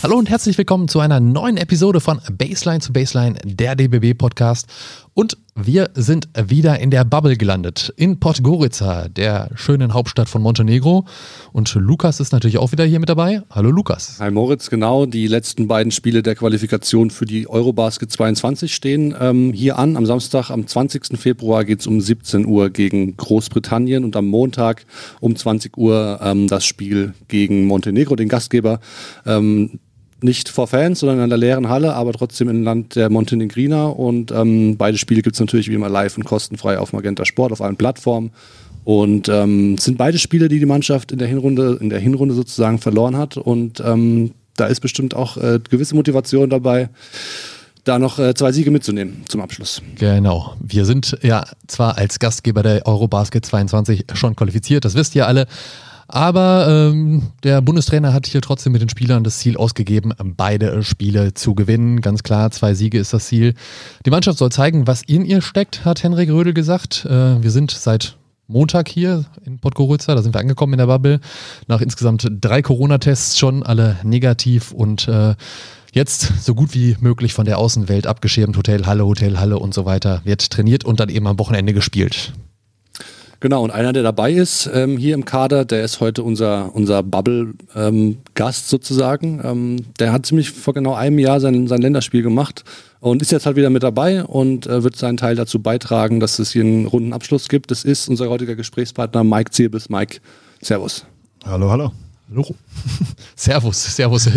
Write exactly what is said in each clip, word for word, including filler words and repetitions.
Hallo und herzlich willkommen zu einer neuen Episode von Baseline zu Baseline, der D B B-Podcast. Und wir sind wieder in der Bubble gelandet, in Podgorica, der schönen Hauptstadt von Montenegro. Und Lukas ist natürlich auch wieder hier mit dabei. Hallo Lukas. Hi Moritz, genau. Die letzten beiden Spiele der Qualifikation für die Eurobasket zweiundzwanzig stehen ähm, hier an. Am Samstag, am zwanzigsten Februar geht es um siebzehn Uhr gegen Großbritannien und am Montag um zwanzig Uhr ähm, das Spiel gegen Montenegro, den Gastgeber. Ähm, Nicht vor Fans, sondern in der leeren Halle, aber trotzdem im Land der Montenegriner. Und ähm, beide Spiele gibt es natürlich wie immer live und kostenfrei auf Magenta Sport, auf allen Plattformen. Und ähm, es sind beide Spiele, die die Mannschaft in der Hinrunde, in der Hinrunde sozusagen verloren hat. Und ähm, da ist bestimmt auch äh, gewisse Motivation dabei, da noch äh, zwei Siege mitzunehmen zum Abschluss. Genau. Wir sind ja zwar als Gastgeber der Eurobasket zweiundzwanzig schon qualifiziert, das wisst ihr alle. Aber ähm, der Bundestrainer hat hier trotzdem mit den Spielern das Ziel ausgegeben, beide Spiele zu gewinnen. Ganz klar, zwei Siege ist das Ziel. Die Mannschaft soll zeigen, was in ihr steckt, hat Henrik Rödel gesagt. Äh, wir sind seit Montag hier in Podgorica, da sind wir angekommen in der Bubble. Nach insgesamt drei Corona-Tests schon, alle negativ und äh, jetzt so gut wie möglich von der Außenwelt abgeschirmt. Hotel, Halle, Hotel, Halle und so weiter. Wird trainiert und dann eben am Wochenende gespielt. Genau, und einer, der dabei ist ähm, hier im Kader, der ist heute unser, unser Bubble-Gast ähm, sozusagen. Ähm, der hat ziemlich vor genau einem Jahr sein, sein Länderspiel gemacht und ist jetzt halt wieder mit dabei und äh, wird seinen Teil dazu beitragen, dass es hier einen runden Abschluss gibt. Das ist unser heutiger Gesprächspartner Mike Zirbis. Mike, servus. Hallo, hallo. Hallo. Servus, servus.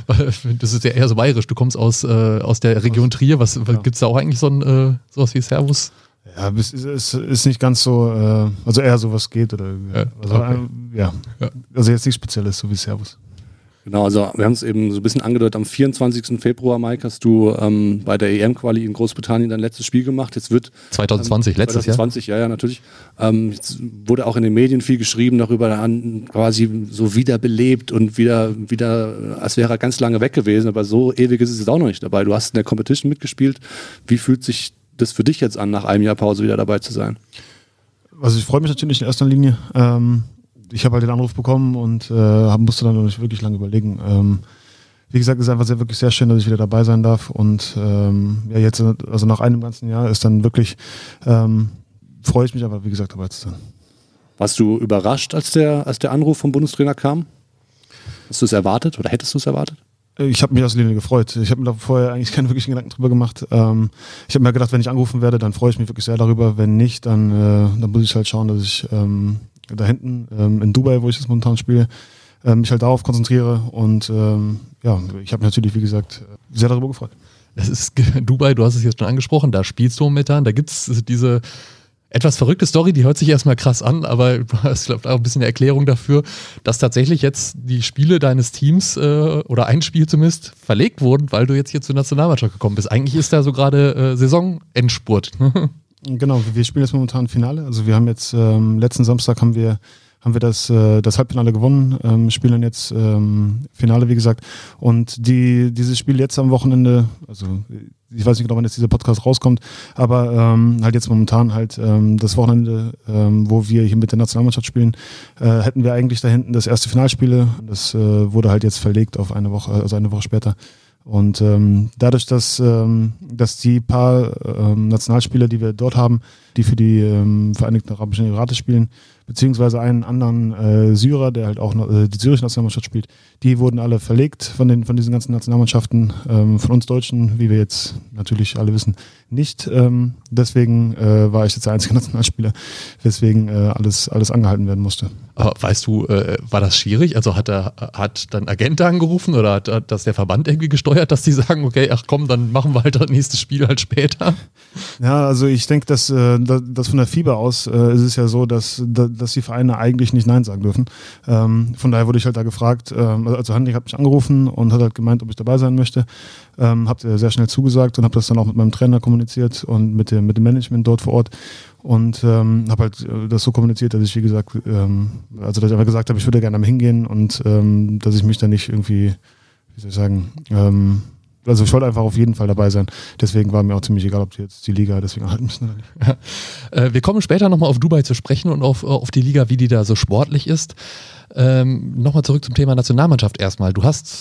Das ist ja eher so bayerisch. Du kommst aus, äh, aus der Region Trier. Was, was gibt es da auch eigentlich so ein äh, sowas wie Servus? Ja, es ist, ist nicht ganz so, äh, also eher so was geht oder ja, also, okay. äh, ja. ja, also jetzt nichts Spezielles, so wie Servus. Genau, also wir haben es eben so ein bisschen angedeutet, am vierundzwanzigsten Februar, Mike, hast du ähm, bei der E M-Quali in Großbritannien dein letztes Spiel gemacht. Jetzt wird zwanzig zwanzig, ähm, letztes zwanzig zwanzig, Jahr? Ja, ja, natürlich. Ähm, jetzt wurde auch in den Medien viel geschrieben darüber, an, quasi so wiederbelebt und wieder, wieder, als wäre er ganz lange weg gewesen, aber so ewig ist es jetzt auch noch nicht dabei. Du hast in der Competition mitgespielt. Wie fühlt sich das für dich jetzt an, nach einem Jahr Pause wieder dabei zu sein? Also ich freue mich natürlich in erster Linie. Ähm, ich habe halt den Anruf bekommen und äh, musste dann noch nicht wirklich lange überlegen. Ähm, wie gesagt, es ist einfach sehr, wirklich sehr schön, dass ich wieder dabei sein darf. Und ähm, ja, jetzt, also nach einem ganzen Jahr ist dann wirklich, ähm, freue ich mich aber, wie gesagt, dabei zu sein. Warst du überrascht, als der, als der Anruf vom Bundestrainer kam? Hast du es erwartet oder hättest du es erwartet? Ich habe mich aus Linie gefreut. Ich habe mir da vorher eigentlich keine wirklichen Gedanken drüber gemacht. Ähm, ich habe mir gedacht, wenn ich angerufen werde, dann freue ich mich wirklich sehr darüber. Wenn nicht, dann, äh, dann muss ich halt schauen, dass ich ähm, da hinten ähm, in Dubai, wo ich jetzt momentan spiele, äh, mich halt darauf konzentriere. Und ähm, ja, ich habe mich natürlich, wie gesagt, sehr darüber gefreut. Das ist Dubai, du hast es jetzt schon angesprochen, da spielst du momentan. Da gibt es diese etwas verrückte Story, die hört sich erstmal krass an, aber du hast, glaube ich, auch ein bisschen eine Erklärung dafür, dass tatsächlich jetzt die Spiele deines Teams äh, oder ein Spiel zumindest verlegt wurden, weil du jetzt hier zur Nationalmannschaft gekommen bist. Eigentlich ist da so gerade äh, Saisonendspurt. Genau, wir spielen jetzt momentan Finale. Also wir haben jetzt, ähm, letzten Samstag haben wir haben wir das, äh, das Halbfinale gewonnen, ähm, spielen jetzt ähm, Finale, wie gesagt. Und die, dieses Spiel jetzt am Wochenende, also ich weiß nicht genau, wann jetzt dieser Podcast rauskommt, aber ähm, halt jetzt momentan halt ähm, das Wochenende, ähm, wo wir hier mit der Nationalmannschaft spielen, äh, hätten wir eigentlich da hinten das erste Finalspiele. Das äh, wurde halt jetzt verlegt auf eine Woche, also eine Woche später. Und ähm, dadurch, dass, ähm, dass die paar ähm, Nationalspieler, die wir dort haben, die für die ähm, Vereinigten Arabischen Emirate spielen, beziehungsweise einen anderen äh, Syrer, der halt auch noch, äh, die syrische Nationalmannschaft spielt, die wurden alle verlegt von den von diesen ganzen Nationalmannschaften, ähm, von uns Deutschen, wie wir jetzt natürlich alle wissen, nicht. Ähm, deswegen äh, war ich jetzt der einzige Nationalspieler, weswegen äh, alles, alles angehalten werden musste. Aber weißt du, äh, war das schwierig? Also hat er hat dann Agent angerufen oder hat, hat das der Verband irgendwie gesteuert, dass die sagen, okay, ach komm, dann machen wir halt das nächste Spiel halt später? Ja, also ich denke, dass, äh, dass von der FIBA aus äh, ist es ja so, dass, dass die Vereine eigentlich nicht Nein sagen dürfen. Ähm, von daher wurde ich halt da gefragt, ähm, also Henrik hat mich angerufen und hat halt gemeint, ob ich dabei sein möchte. Ähm, hab sehr schnell zugesagt und habe das dann auch mit meinem Trainer kommuniziert und mit dem, mit dem Management dort vor Ort. Und ähm, habe halt äh, das so kommuniziert, dass ich, wie gesagt, ähm, also dass ich einfach gesagt habe, ich würde gerne hingehen und ähm, dass ich mich da nicht irgendwie, wie soll ich sagen, ähm, also ich wollte einfach auf jeden Fall dabei sein. Deswegen war mir auch ziemlich egal, ob die jetzt die Liga deswegen erhalten müssen oder nicht. Ja. Äh, wir kommen später nochmal auf Dubai zu sprechen und auf, auf die Liga, wie die da so sportlich ist. Ähm, nochmal zurück zum Thema Nationalmannschaft erstmal. Du hast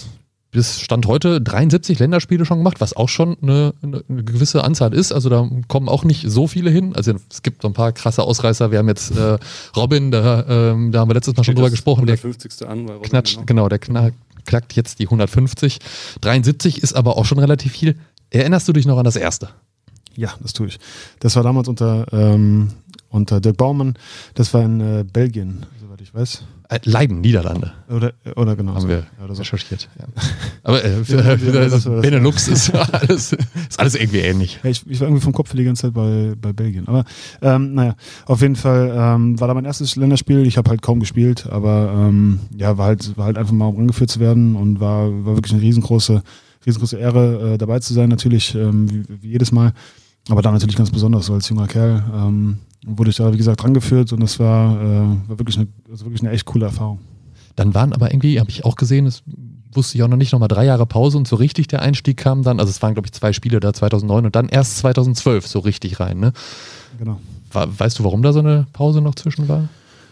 bis Stand heute dreiundsiebzig Länderspiele schon gemacht, was auch schon eine, eine gewisse Anzahl ist. Also da kommen auch nicht so viele hin. Also es gibt so ein paar krasse Ausreißer. Wir haben jetzt äh, Robin, da, ähm, da haben wir letztes Mal schon drüber gesprochen. Der hundertfünfzigste an bei Robin, knatscht, genau. genau, der knack, knackt jetzt die hundertfünfzig. dreiundsiebzig ist aber auch schon relativ viel. Erinnerst du dich noch an das erste? Ja, das tue ich. Das war damals unter, ähm, unter Dirk Baumann. Das war in äh, Belgien, soweit ich weiß. Leiden, Niederlande. Oder, oder genau. Haben so. wir ja, oder so. recherchiert. Ja. Aber äh, für, ja, für das, das, das, Benelux ist alles, ist alles irgendwie ähnlich. Ja, ich, ich war irgendwie vom Kopf für die ganze Zeit bei, bei Belgien. Aber ähm, naja, auf jeden Fall ähm, war da mein erstes Länderspiel. Ich habe halt kaum gespielt, aber ähm, ja, war halt, war halt einfach mal um angeführt zu werden und war, war wirklich eine riesengroße, riesengroße Ehre, äh, dabei zu sein, natürlich, ähm, wie, wie jedes Mal. Aber da natürlich ganz besonders, so als junger Kerl. Ähm, wurde ich da, wie gesagt, rangeführt und das war, äh, war wirklich, eine, also wirklich eine echt coole Erfahrung. Dann waren aber irgendwie, habe ich auch gesehen, das wusste ich auch noch nicht, nochmal drei Jahre Pause und so richtig der Einstieg kam dann, also es waren glaube ich zwei Spiele da zweitausendneun und dann erst zweitausendzwölf so richtig rein, ne? Genau. War, weißt du, warum da so eine Pause noch zwischen war?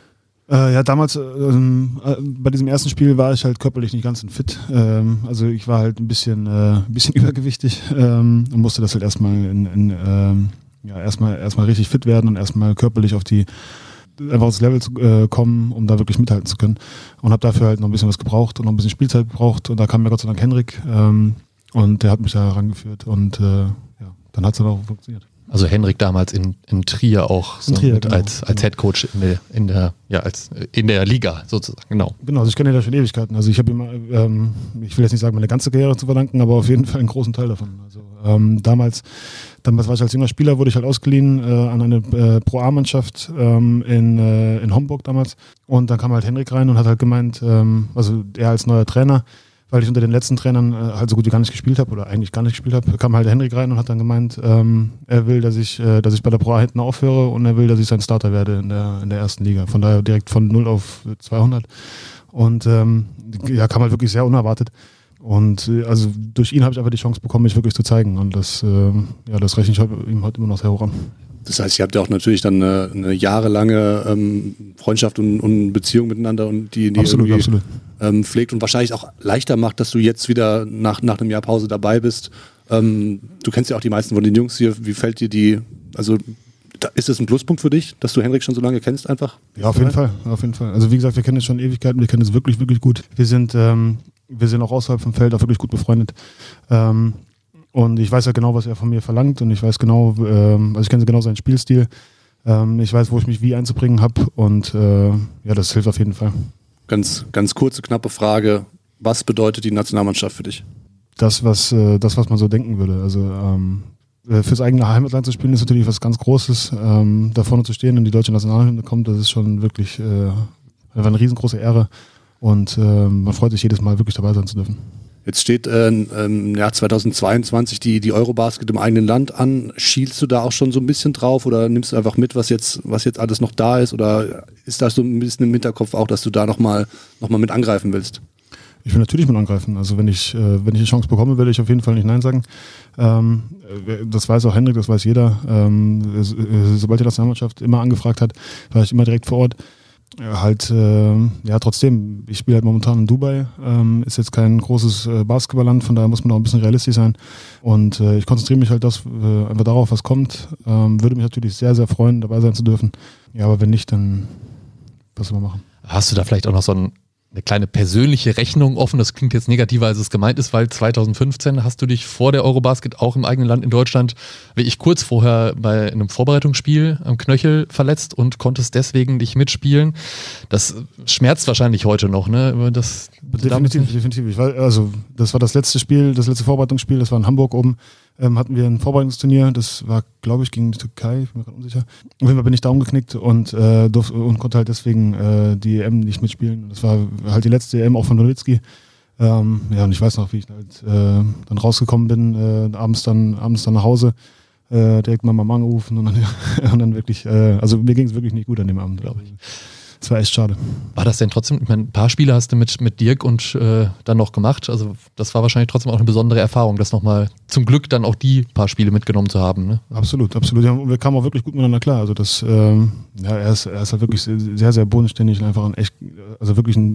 Äh, ja, damals, ähm, äh, bei diesem ersten Spiel war ich halt körperlich nicht ganz so fit. Ähm, also ich war halt ein bisschen, äh, ein bisschen übergewichtig ähm, und musste das halt erstmal in, in ähm, ja, erstmal erstmal richtig fit werden und erstmal körperlich auf die einfach aufs Level zu äh, kommen, um da wirklich mithalten zu können. Und habe dafür halt noch ein bisschen was gebraucht und noch ein bisschen Spielzeit gebraucht. Und da kam mir Gott sei Dank Henrik ähm, und der hat mich da herangeführt und äh, ja, dann hat es dann auch funktioniert. Also Henrik damals in, in Trier auch so Trier, mit genau, als, als genau. Headcoach in der, in der, ja, als, in der Liga sozusagen, genau. Genau, also ich kenne ihn ja schon Ewigkeiten. Also ich habe immer, ähm, ich will jetzt nicht sagen, meine ganze Karriere zu verdanken, aber auf jeden Fall einen großen Teil davon. Also ähm, damals, damals war ich als junger Spieler, wurde ich halt ausgeliehen äh, an eine äh, Pro-A-Mannschaft ähm, in, äh, in Homburg damals. Und dann kam halt Henrik rein und hat halt gemeint, ähm, also er als neuer Trainer, weil ich unter den letzten Trainern äh, halt so gut wie gar nicht gespielt habe oder eigentlich gar nicht gespielt habe, kam halt Henrik rein und hat dann gemeint, ähm, er will, dass ich, äh, dass ich bei der Pro A hinten aufhöre und er will, dass ich sein Starter werde in der, in der ersten Liga. Von daher direkt von null auf zweihundert. Und ähm, ja, kam halt wirklich sehr unerwartet. Und äh, also durch ihn habe ich einfach die Chance bekommen, mich wirklich zu zeigen. Und das, äh, ja, das rechne ich ihm heute immer noch sehr hoch an. Das heißt, ihr habt ja auch natürlich dann eine, eine jahrelange ähm, Freundschaft und, und Beziehung miteinander und die, die absolut, irgendwie absolut. Ähm, pflegt und wahrscheinlich auch leichter macht, dass du jetzt wieder nach, nach einem Jahr Pause dabei bist. Ähm, du kennst ja auch die meisten von den Jungs hier. Wie fällt dir die, also da, ist das ein Pluspunkt für dich, dass du Henrik schon so lange kennst einfach? Ja, auf jeden Fall, auf jeden Fall. Also wie gesagt, wir kennen es schon Ewigkeiten, wir kennen es wirklich, wirklich gut. Wir sind, ähm, wir sind auch außerhalb vom Feld auch wirklich gut befreundet. Ähm, Und ich weiß ja genau, was er von mir verlangt und ich weiß genau, ähm, also ich kenne genau seinen Spielstil. Ähm, ich weiß, wo ich mich wie einzubringen habe und äh, ja, das hilft auf jeden Fall. Ganz, ganz kurze, knappe Frage. Was bedeutet die Nationalmannschaft für dich? Das, was, äh, das, was man so denken würde. Also ähm, fürs eigene Heimatland zu spielen, ist natürlich was ganz Großes. Ähm, da vorne zu stehen und die deutsche Nationalhymne kommt, das ist schon wirklich äh, einfach eine riesengroße Ehre und äh, man freut sich jedes Mal, wirklich dabei sein zu dürfen. Jetzt steht äh, im Jahr zweitausendzweiundzwanzig die, die Eurobasket im eigenen Land an. Schielst du da auch schon so ein bisschen drauf oder nimmst du einfach mit, was jetzt, was jetzt alles noch da ist? Oder ist das so ein bisschen im Hinterkopf auch, dass du da nochmal noch mal mit angreifen willst? Ich will natürlich mit angreifen. Also wenn ich, äh, wenn ich die Chance bekomme, werde ich auf jeden Fall nicht Nein sagen. Ähm, das weiß auch Henrik, das weiß jeder. Ähm, sobald die Nationalmannschaft immer angefragt hat, war ich immer direkt vor Ort. Halt, äh, ja, trotzdem, ich spiele halt momentan in Dubai, ähm, ist jetzt kein großes äh, Basketballland, von daher muss man auch ein bisschen realistisch sein. Und äh, ich konzentriere mich halt das, äh, einfach darauf, was kommt. Ähm, würde mich natürlich sehr, sehr freuen, dabei sein zu dürfen. Ja, aber wenn nicht, dann was soll man machen? Hast du da vielleicht auch noch so ein eine kleine persönliche Rechnung offen, das klingt jetzt negativer, als es gemeint ist, weil zweitausendfünfzehn hast du dich vor der Eurobasket auch im eigenen Land in Deutschland, wie ich kurz vorher bei einem Vorbereitungsspiel am Knöchel verletzt und konntest deswegen nicht mitspielen. Das schmerzt wahrscheinlich heute noch, ne? Das definitiv, definitiv. Ich war, also das war das letzte Spiel, das letzte Vorbereitungsspiel, das war in Hamburg oben. Ähm, hatten wir ein Vorbereitungsturnier, das war, glaube ich, gegen die Türkei, ich bin mir gerade unsicher. Auf jeden Fall bin ich da umgeknickt und, äh, durf, und konnte halt deswegen äh, die E M nicht mitspielen. Das war halt die letzte E M auch von Nowitzki. Ähm, ja, und ich weiß noch, wie ich halt äh, dann rausgekommen bin, äh, abends dann abends dann nach Hause, äh, direkt mal Mama angerufen und dann, und dann wirklich, äh, also mir ging es wirklich nicht gut an dem Abend, glaube ich. Das war echt schade. War das denn trotzdem, ich meine, ein paar Spiele hast du mit, mit Dirk und äh, dann noch gemacht, also das war wahrscheinlich trotzdem auch eine besondere Erfahrung, das nochmal zum Glück dann auch die paar Spiele mitgenommen zu haben, ne? Absolut, absolut. Ja, wir kamen auch wirklich gut miteinander klar, also das, ähm, ja, er ist, er ist halt wirklich sehr, sehr bodenständig und einfach ein echt, also wirklich ein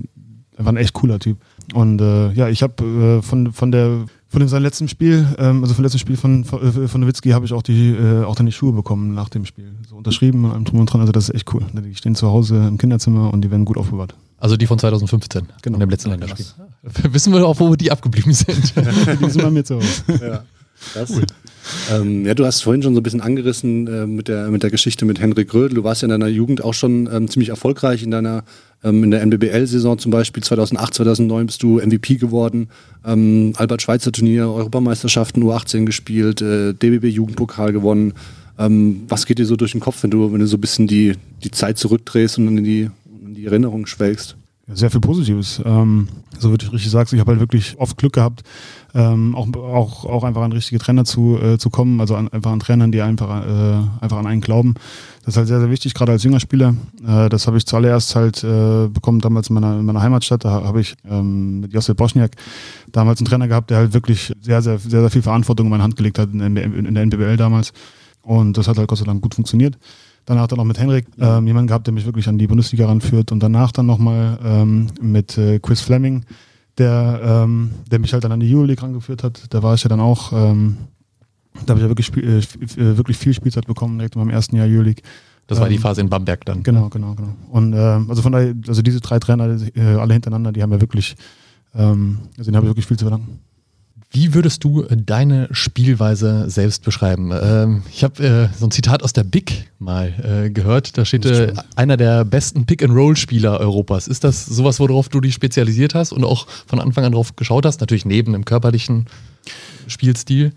er war ein echt cooler Typ. Und äh, ja, ich habe äh, von, von der von dem seinem letzten Spiel, ähm, also vom letzten Spiel von, von, von Nowitzki habe ich auch die äh, auch dann die Schuhe bekommen nach dem Spiel. So unterschrieben und allem drum und dran, also das ist echt cool. Die stehen zu Hause im Kinderzimmer und die werden gut aufbewahrt. Also die von zwanzig fünfzehn, genau. Von dem letzten Länderspiel. Wissen wir auch, wo die abgeblieben sind. Die sind bei mir zu Hause. Ja. Das. Cool. Ähm, ja, du hast vorhin schon so ein bisschen angerissen äh, mit, der, mit der Geschichte mit Henrik Rödl. Du warst ja in deiner Jugend auch schon ähm, ziemlich erfolgreich in deiner ähm, in der N B B L-Saison zum Beispiel. zweitausendacht, zweitausendneun bist du M V P geworden. Ähm, Albert-Schweitzer-Turnier, Europameisterschaften U achtzehn gespielt, äh, D B B-Jugendpokal gewonnen. Ähm, was geht dir so durch den Kopf, wenn du, wenn du so ein bisschen die, die Zeit zurückdrehst und in die, in die Erinnerung schwelgst? Sehr viel Positives. Ähm, so würde ich richtig sagen. Ich habe halt wirklich oft Glück gehabt, ähm, auch, auch, auch einfach an richtige Trainer zu, äh, zu kommen, also an, einfach an Trainern, die einfach, äh, einfach an einen glauben. Das ist halt sehr, sehr wichtig, gerade als junger Spieler. Äh, das habe ich zuallererst halt äh, bekommen, damals in meiner, in meiner Heimatstadt. Da habe ich ähm, mit Josip Boschniak damals einen Trainer gehabt, der halt wirklich sehr, sehr, sehr, sehr viel Verantwortung in meine Hand gelegt hat in, in, in der N B B L damals. Und das hat halt Gott sei Dank gut funktioniert. Danach dann noch mit Henrik, ähm, jemanden gehabt, der mich wirklich an die Bundesliga ranführt. Und danach dann nochmal ähm, mit äh, Chris Fleming, der, ähm, der mich halt dann an die Euroleague rangeführt hat. Da war ich ja dann auch, ähm, da habe ich ja wirklich, Spiel, äh, wirklich viel Spielzeit bekommen, direkt in meinem ersten Jahr Euroleague. Das war ähm, die Phase in Bamberg dann. Genau, genau, genau. Und ähm, also von daher, also diese drei Trainer, äh, alle hintereinander, die haben ja wirklich, ähm, also denen habe ich wirklich viel zu verdanken. Wie würdest du deine Spielweise selbst beschreiben? Ähm, ich habe äh, so ein Zitat aus der Big mal äh, gehört. Da steht äh, einer der besten Pick-and-Roll-Spieler Europas. Ist das sowas, worauf du dich spezialisiert hast und auch von Anfang an drauf geschaut hast? Natürlich neben dem körperlichen Spielstil.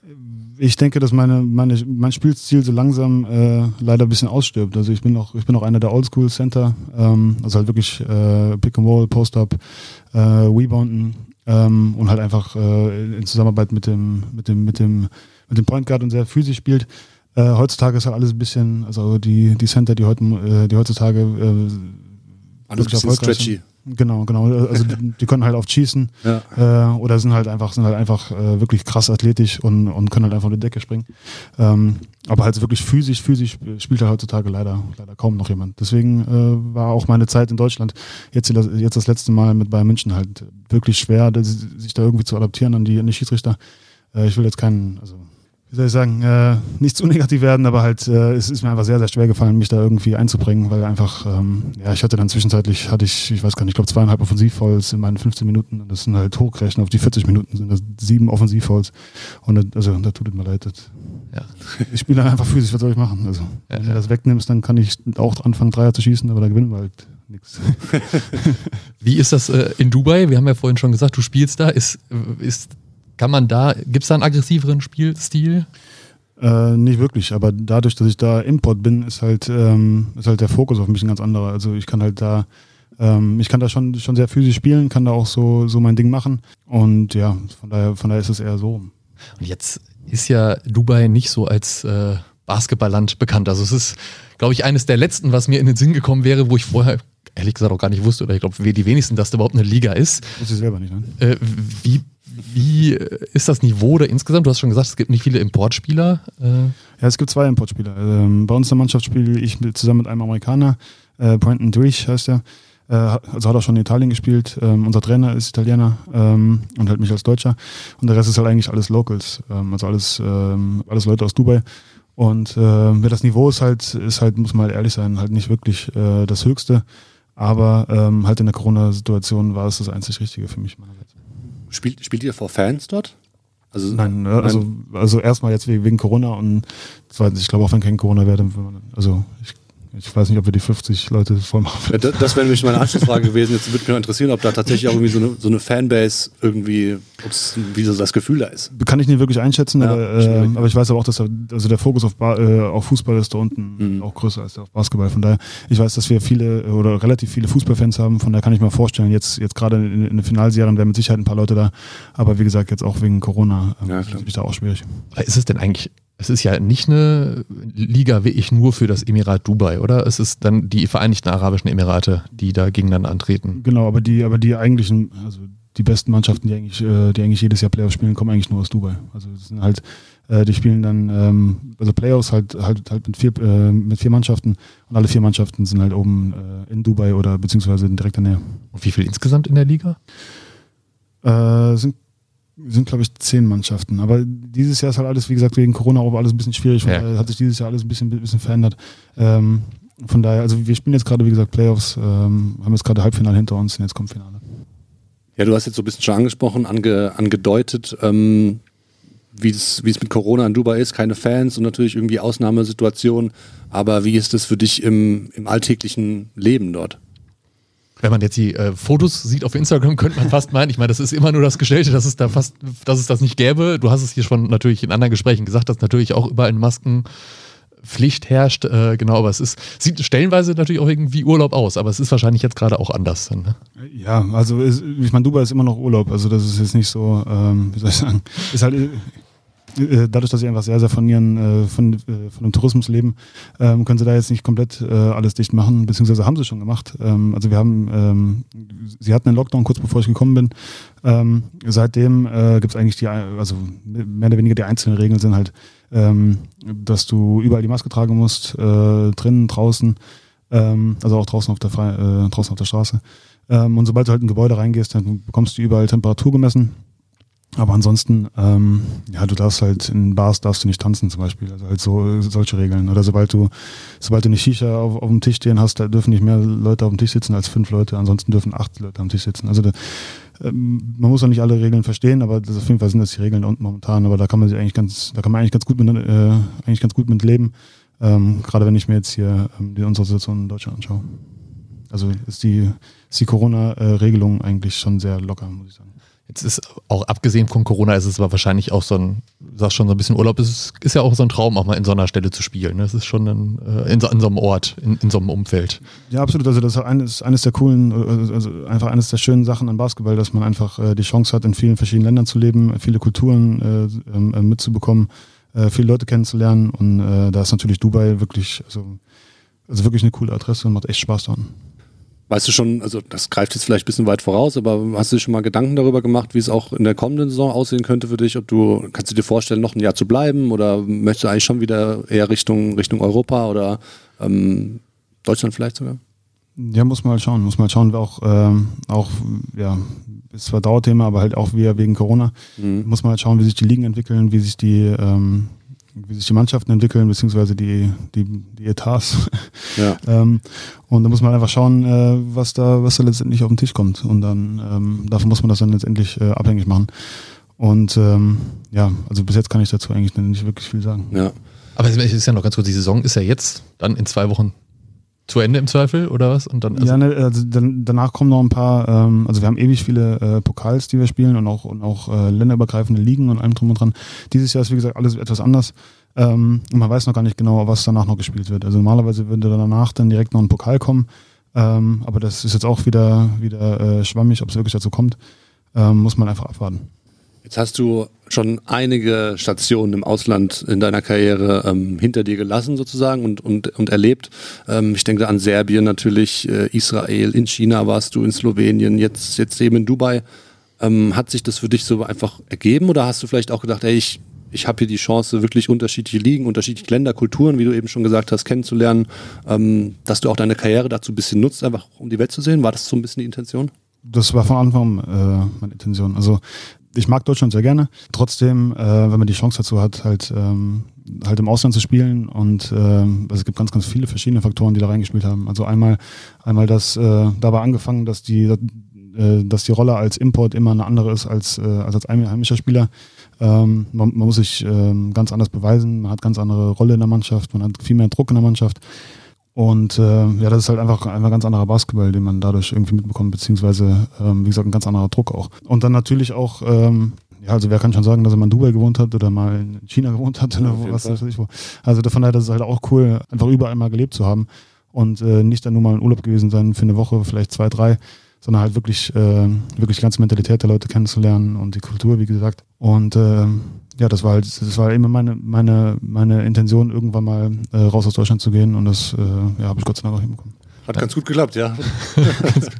Ich denke, dass meine, meine, mein Spielstil so langsam äh, leider ein bisschen ausstirbt. Also ich bin auch, ich bin auch einer der Oldschool-Center. Ähm, also halt wirklich äh, Pick-and-Roll, Post-Up, äh, Rebounden. Ähm, und halt einfach äh, in Zusammenarbeit mit dem, mit dem, mit dem, mit dem Point Guard und sehr physisch spielt. Äh, heutzutage ist halt alles ein bisschen, also die, die Center, die heute, äh, die heutzutage äh, alles ein bisschen stretchy. Sind. Genau, genau. Also die, die können halt oft schießen ja. äh, oder sind halt einfach, sind halt einfach äh, wirklich krass athletisch und, und können halt einfach auf die Decke springen. Ähm, aber halt wirklich physisch, physisch spielt halt heutzutage leider, leider kaum noch jemand. Deswegen äh, war auch meine Zeit in Deutschland jetzt, jetzt das letzte Mal mit Bayern München halt wirklich schwer, sich da irgendwie zu adaptieren an die, an die Schiedsrichter. Äh, ich will jetzt keinen, also wie soll ich sagen, äh, nicht zu negativ werden, aber halt äh, es ist mir einfach sehr, sehr schwer gefallen, mich da irgendwie einzubringen, weil einfach, ähm, ja, ich hatte dann zwischenzeitlich, hatte ich, ich weiß gar nicht, ich glaube zweieinhalb Offensivfouls in meinen fünfzehn Minuten und das sind halt hochrechnen auf die vierzig Minuten, sind das sieben Offensivfouls und das, also da tut es mir leid. Das, ja. Ich spiele dann einfach physisch, was soll ich machen? Also, ja, wenn du das wegnimmst, dann kann ich auch anfangen, Dreier zu schießen, aber da gewinnen wir halt nichts. Wie ist das äh, in Dubai? Wir haben ja vorhin schon gesagt, du spielst da, ist, ist Kann man da, gibt es da einen aggressiveren Spielstil? Äh, nicht wirklich, aber dadurch, dass ich da Import bin, ist halt, ähm, ist halt der Fokus auf mich ein ganz anderer. Also ich kann halt da, ähm, ich kann da schon, schon sehr physisch spielen, kann da auch so, so mein Ding machen und ja, von daher, von daher ist es eher so. Und jetzt ist ja Dubai nicht so als äh, Basketballland bekannt. Also es ist, glaube ich, eines der letzten, was mir in den Sinn gekommen wäre, wo ich vorher ehrlich gesagt auch gar nicht wusste, oder ich glaube, wir die wenigsten, dass da überhaupt eine Liga ist. Das wusste ich selber nicht, ne? Äh, wie Wie ist das Niveau da insgesamt? Du hast schon gesagt, es gibt nicht viele Importspieler. Äh ja, es gibt zwei Importspieler. Ähm, bei uns in der Mannschaft spiele ich mit, zusammen mit einem Amerikaner, äh, Brandon Drich heißt er. Äh, also hat auch schon in Italien gespielt. Ähm, unser Trainer ist Italiener ähm, und halt mich als Deutscher. Und der Rest ist halt eigentlich alles Locals. Ähm, also alles, ähm, alles Leute aus Dubai. Und äh, das Niveau ist halt, ist halt, muss man halt ehrlich sein, halt nicht wirklich äh, das Höchste. Aber ähm, halt in der Corona-Situation war es das einzig Richtige für mich meinerseits. Spielt, spielt ihr vor Fans dort? Also, nein, also, also erstmal jetzt wegen Corona und zweitens, ich glaube auch wenn kein Corona wäre, dann würde man, also ich, ich weiß nicht, ob wir die fünfzig Leute voll machen. Ja, das das wäre nämlich meine Anschlussfrage gewesen. Jetzt würde mich noch interessieren, ob da tatsächlich auch irgendwie so eine, so eine Fanbase irgendwie, ob's, wie so das Gefühl da ist. Kann ich nicht wirklich einschätzen, ja, aber, äh, aber ich weiß aber auch, dass da, also der Fokus auf, ba- äh, auf Fußball ist da unten mhm. auch größer als der auf Basketball. Von daher, ich weiß, dass wir viele oder relativ viele Fußballfans haben, von daher kann ich mir vorstellen, jetzt, jetzt gerade in, in den Finalserien wären mit Sicherheit ein paar Leute da, aber wie gesagt, jetzt auch wegen Corona äh, ja, ist es da auch schwierig. Ist es denn eigentlich, es ist ja nicht eine Liga wirklich nur für das Emirat Dubai, oder? Es ist dann die Vereinigten Arabischen Emirate, die da gegeneinander antreten. Genau, aber die, aber die eigentlichen, also die besten Mannschaften, die eigentlich, äh, die eigentlich jedes Jahr Playoffs spielen, kommen eigentlich nur aus Dubai. Also das sind halt, äh, die spielen dann, ähm, also Playoffs halt halt halt mit vier äh, mit vier Mannschaften und alle vier Mannschaften sind halt oben äh, in Dubai oder beziehungsweise in direkter Nähe. Und wie viel insgesamt in der Liga? Äh, sind sind, glaube ich, zehn Mannschaften. Aber dieses Jahr ist halt alles, wie gesagt, wegen Corona auch alles ein bisschen schwierig. Von Ja. daher hat sich dieses Jahr alles ein bisschen, bisschen verändert. Ähm, von daher, also wir spielen jetzt gerade, wie gesagt, Playoffs, ähm, haben jetzt gerade Halbfinale hinter uns und jetzt kommt Finale. Ja, du hast jetzt so ein bisschen schon angesprochen, ange, angedeutet, ähm, wie es wie es mit Corona in Dubai ist. Keine Fans und natürlich irgendwie Ausnahmesituationen. Aber wie ist das für dich im, im alltäglichen Leben dort? Wenn man jetzt die äh, Fotos sieht auf Instagram, könnte man fast meinen, ich meine, das ist immer nur das Gestellte, dass es da fast, dass es das nicht gäbe. Du hast es hier schon natürlich in anderen Gesprächen gesagt, dass natürlich auch überall Maskenpflicht herrscht. Äh, genau, aber es ist, sieht stellenweise natürlich auch irgendwie Urlaub aus, aber es ist wahrscheinlich jetzt gerade auch anders. Dann, ne? Ja, also ist, ich meine, Dubai ist immer noch Urlaub, also das ist jetzt nicht so, ähm, wie soll ich sagen, ist halt äh, dadurch, dass sie einfach sehr, sehr von ihren, äh, von, äh, von dem Tourismus leben, ähm, können sie da jetzt nicht komplett äh, alles dicht machen, beziehungsweise haben sie schon gemacht. Ähm, also wir haben, ähm, sie hatten einen Lockdown kurz bevor ich gekommen bin. Ähm, seitdem äh, gibt es eigentlich die, also mehr oder weniger die einzelnen Regeln sind halt, ähm, dass du überall die Maske tragen musst, äh, drinnen, draußen, ähm, also auch draußen auf der, Fre- äh, draußen auf der Straße. Ähm, und sobald du halt in ein Gebäude reingehst, dann bekommst du überall Temperatur gemessen. Aber ansonsten, ähm, ja, du darfst halt in Bars darfst du nicht tanzen zum Beispiel. Also halt so solche Regeln. Oder sobald du, sobald du eine Shisha auf, auf dem Tisch stehen hast, da dürfen nicht mehr Leute auf dem Tisch sitzen als fünf Leute. Ansonsten dürfen acht Leute am Tisch sitzen. Also da, ähm, man muss auch nicht alle Regeln verstehen, aber das auf jeden Fall sind das die Regeln unten momentan. Aber da kann man sich eigentlich ganz, da kann man eigentlich ganz gut mit, äh, eigentlich ganz gut mit leben. Ähm, gerade wenn ich mir jetzt hier ähm, die unsere Situation in Deutschland anschaue. Also ist die, ist die Corona-Regelung eigentlich schon sehr locker, muss ich sagen. Jetzt ist auch abgesehen von Corona, ist es aber wahrscheinlich auch so ein, du sagst schon so ein bisschen Urlaub, es ist, ist ja auch so ein Traum, auch mal in so einer Stelle zu spielen. Das ist schon ein, äh, in, so, in so einem Ort, in, in so einem Umfeld. Ja, absolut. Also das ist eines, eines der coolen, also einfach eines der schönen Sachen an Basketball, dass man einfach äh, die Chance hat, in vielen verschiedenen Ländern zu leben, viele Kulturen äh, äh, mitzubekommen, äh, viele Leute kennenzulernen und äh, da ist natürlich Dubai wirklich, also, also wirklich eine coole Adresse und macht echt Spaß dran. Weißt du schon, also das greift jetzt vielleicht ein bisschen weit voraus, aber hast du dir schon mal Gedanken darüber gemacht, wie es auch in der kommenden Saison aussehen könnte für dich? Ob du, kannst du dir vorstellen, noch ein Jahr zu bleiben oder möchtest du eigentlich schon wieder eher Richtung, Richtung Europa oder ähm, Deutschland vielleicht sogar? Ja, muss man halt schauen, muss man halt schauen, auch, ähm, auch, ja, ist zwar Dauerthema, aber halt auch wieder wegen Corona, mhm. muss man halt schauen, wie sich die Ligen entwickeln, wie sich die, ähm, wie sich die Mannschaften entwickeln, beziehungsweise die, die, die Etats. Ja. ähm, und da muss man einfach schauen, äh, was da, was da letztendlich auf den Tisch kommt. Und dann, ähm, davon muss man das dann letztendlich äh, abhängig machen. Und ähm, ja, also bis jetzt kann ich dazu eigentlich nicht wirklich viel sagen. Ja. Aber es ist ja noch ganz kurz, die Saison ist ja jetzt dann in zwei Wochen zu Ende im Zweifel oder was? Und dann, also ja, ne, also dann, danach kommen noch ein paar, ähm, also wir haben ewig viele äh, Pokals, die wir spielen und auch, und auch äh, länderübergreifende Ligen und allem drum und dran. Dieses Jahr ist, wie gesagt, alles etwas anders ähm, und man weiß noch gar nicht genau, was danach noch gespielt wird. Also normalerweise würde danach dann direkt noch ein Pokal kommen, ähm, aber das ist jetzt auch wieder, wieder äh, schwammig, ob es wirklich dazu kommt, ähm, muss man einfach abwarten. Jetzt hast du schon einige Stationen im Ausland in deiner Karriere ähm, hinter dir gelassen sozusagen und, und, und erlebt. Ähm, ich denke an Serbien natürlich, äh, Israel, in China warst du, in Slowenien, jetzt, jetzt eben in Dubai. Ähm, hat sich das für dich so einfach ergeben oder hast du vielleicht auch gedacht, ey, ich, ich habe hier die Chance, wirklich unterschiedliche Ligen, unterschiedliche Länder, Kulturen, wie du eben schon gesagt hast, kennenzulernen, ähm, dass du auch deine Karriere dazu ein bisschen nutzt, einfach um die Welt zu sehen? War das so ein bisschen die Intention? Das war von Anfang an äh, meine Intention. Also ich mag Deutschland sehr gerne. Trotzdem, äh, wenn man die Chance dazu hat, halt, ähm, halt im Ausland zu spielen und äh, also es gibt ganz, ganz viele verschiedene Faktoren, die da reingespielt haben. Also einmal, einmal das, äh, dabei angefangen, dass die, äh, dass die Rolle als Import immer eine andere ist als, äh, als als einheimischer Spieler. Ähm, man, man muss sich äh, ganz anders beweisen, man hat ganz andere Rolle in der Mannschaft, man hat viel mehr Druck in der Mannschaft. Und äh, ja, das ist halt einfach ein ganz anderer Basketball, den man dadurch irgendwie mitbekommt, beziehungsweise, ähm, wie gesagt, ein ganz anderer Druck auch. Und dann natürlich auch, ähm, ja, also wer kann schon sagen, dass er mal in Dubai gewohnt hat oder mal in China gewohnt hat oder wo, was weiß ich wo. Also davon daher, das ist halt auch cool, einfach überall mal gelebt zu haben und äh, nicht dann nur mal in Urlaub gewesen sein für eine Woche, vielleicht zwei, drei, sondern halt wirklich, äh, wirklich die ganze Mentalität der Leute kennenzulernen und die Kultur, wie gesagt. Und äh, ja, das war halt, das war immer meine, meine, meine Intention, irgendwann mal äh, raus aus Deutschland zu gehen und das äh, ja, habe ich Gott sei Dank auch hinbekommen. Hat ganz gut geklappt, ja.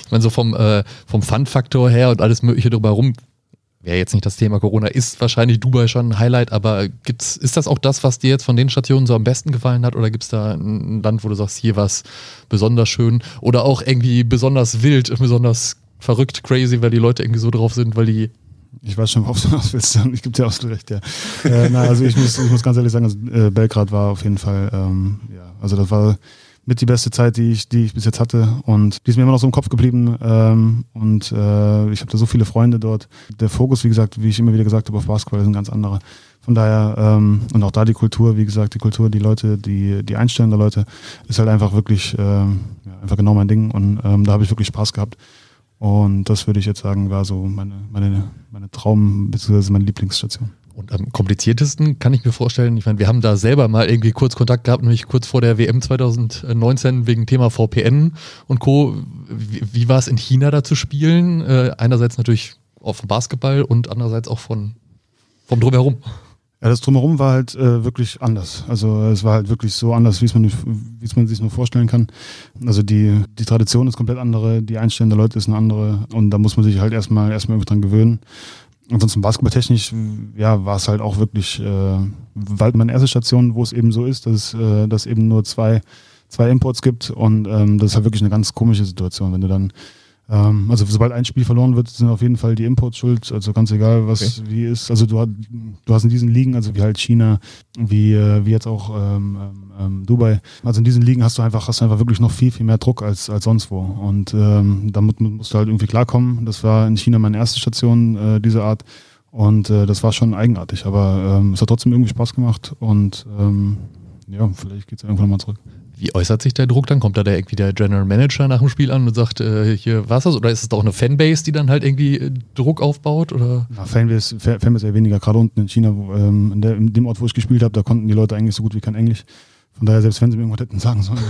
Ich meine, so vom, äh, vom Fun-Faktor her und alles Mögliche drumherum, wäre jetzt nicht das Thema Corona, ist wahrscheinlich Dubai schon ein Highlight, aber gibt's, ist das auch das, was dir jetzt von den Stationen so am besten gefallen hat, oder gibt es da ein Land, wo du sagst, hier war es besonders schön oder auch irgendwie besonders wild, besonders verrückt, crazy, weil die Leute irgendwie so drauf sind, weil die... Ich weiß schon, worauf du hinaus willst, ich gebe dir absolut recht, ja. äh, na, also ich muss, ich muss ganz ehrlich sagen, also, äh, Belgrad war auf jeden Fall, ähm, ja, also das war mit die beste Zeit, die ich, die ich bis jetzt hatte, und die ist mir immer noch so im Kopf geblieben, ähm, und äh, ich habe da so viele Freunde dort. Der Fokus, wie gesagt, wie ich immer wieder gesagt habe, auf Basketball ist ein ganz anderer. Von daher, ähm, und auch da die Kultur, wie gesagt, die Kultur, die Leute, die, die Einstellung der Leute ist halt einfach wirklich, ähm, ja, einfach genau mein Ding, und ähm, da habe ich wirklich Spaß gehabt. Und das würde ich jetzt sagen, war so meine, meine, meine Traum- bzw. meine Lieblingsstation. Und am kompliziertesten kann ich mir vorstellen, ich meine, wir haben da selber mal irgendwie kurz Kontakt gehabt, nämlich kurz vor der W M zwanzig neunzehn wegen Thema V P N und Co. Wie, wie war es in China da zu spielen? Äh, einerseits natürlich auch vom Basketball und andererseits auch von, vom Drumherum. Ja, das Drumherum war halt äh, wirklich anders. Also es war halt wirklich so anders, wie es man, wie es man sich nur vorstellen kann. Also die, die Tradition ist komplett andere, die Einstellung der Leute ist eine andere, und da muss man sich halt erstmal erstmal irgendwie dran gewöhnen. Ansonsten basketballtechnisch, ja, war es halt auch wirklich, äh, war halt meine erste Station, wo es eben so ist, dass äh, dass eben nur zwei, zwei Imports gibt, und ähm, das ist halt wirklich eine ganz komische Situation, wenn du dann, ähm, also sobald ein Spiel verloren wird, sind auf jeden Fall die Imports schuld, also ganz egal, was okay. wie ist, also du, du hast in diesen Ligen, also wie halt China, wie, wie jetzt auch ähm, ähm, Dubai, also in diesen Ligen hast du einfach, hast du einfach wirklich noch viel, viel mehr Druck als, als sonst wo, und ähm, damit musst du halt irgendwie klarkommen. Das war in China meine erste Station äh, dieser Art, und äh, das war schon eigenartig, aber ähm, es hat trotzdem irgendwie Spaß gemacht, und ähm, ja, vielleicht geht es irgendwann mal zurück. Wie äußert sich der Druck dann? Kommt da der, irgendwie der General Manager nach dem Spiel an und sagt, äh, hier, was das? Oder ist es auch eine Fanbase, die dann halt irgendwie äh, Druck aufbaut? Oder? Na, Fanbase, Fanbase eher weniger. Gerade unten in China, wo, ähm, in, der, in dem Ort, wo ich gespielt habe, da konnten die Leute eigentlich so gut wie kein Englisch. Von daher, selbst wenn sie mir irgendwas hätten sagen sollen.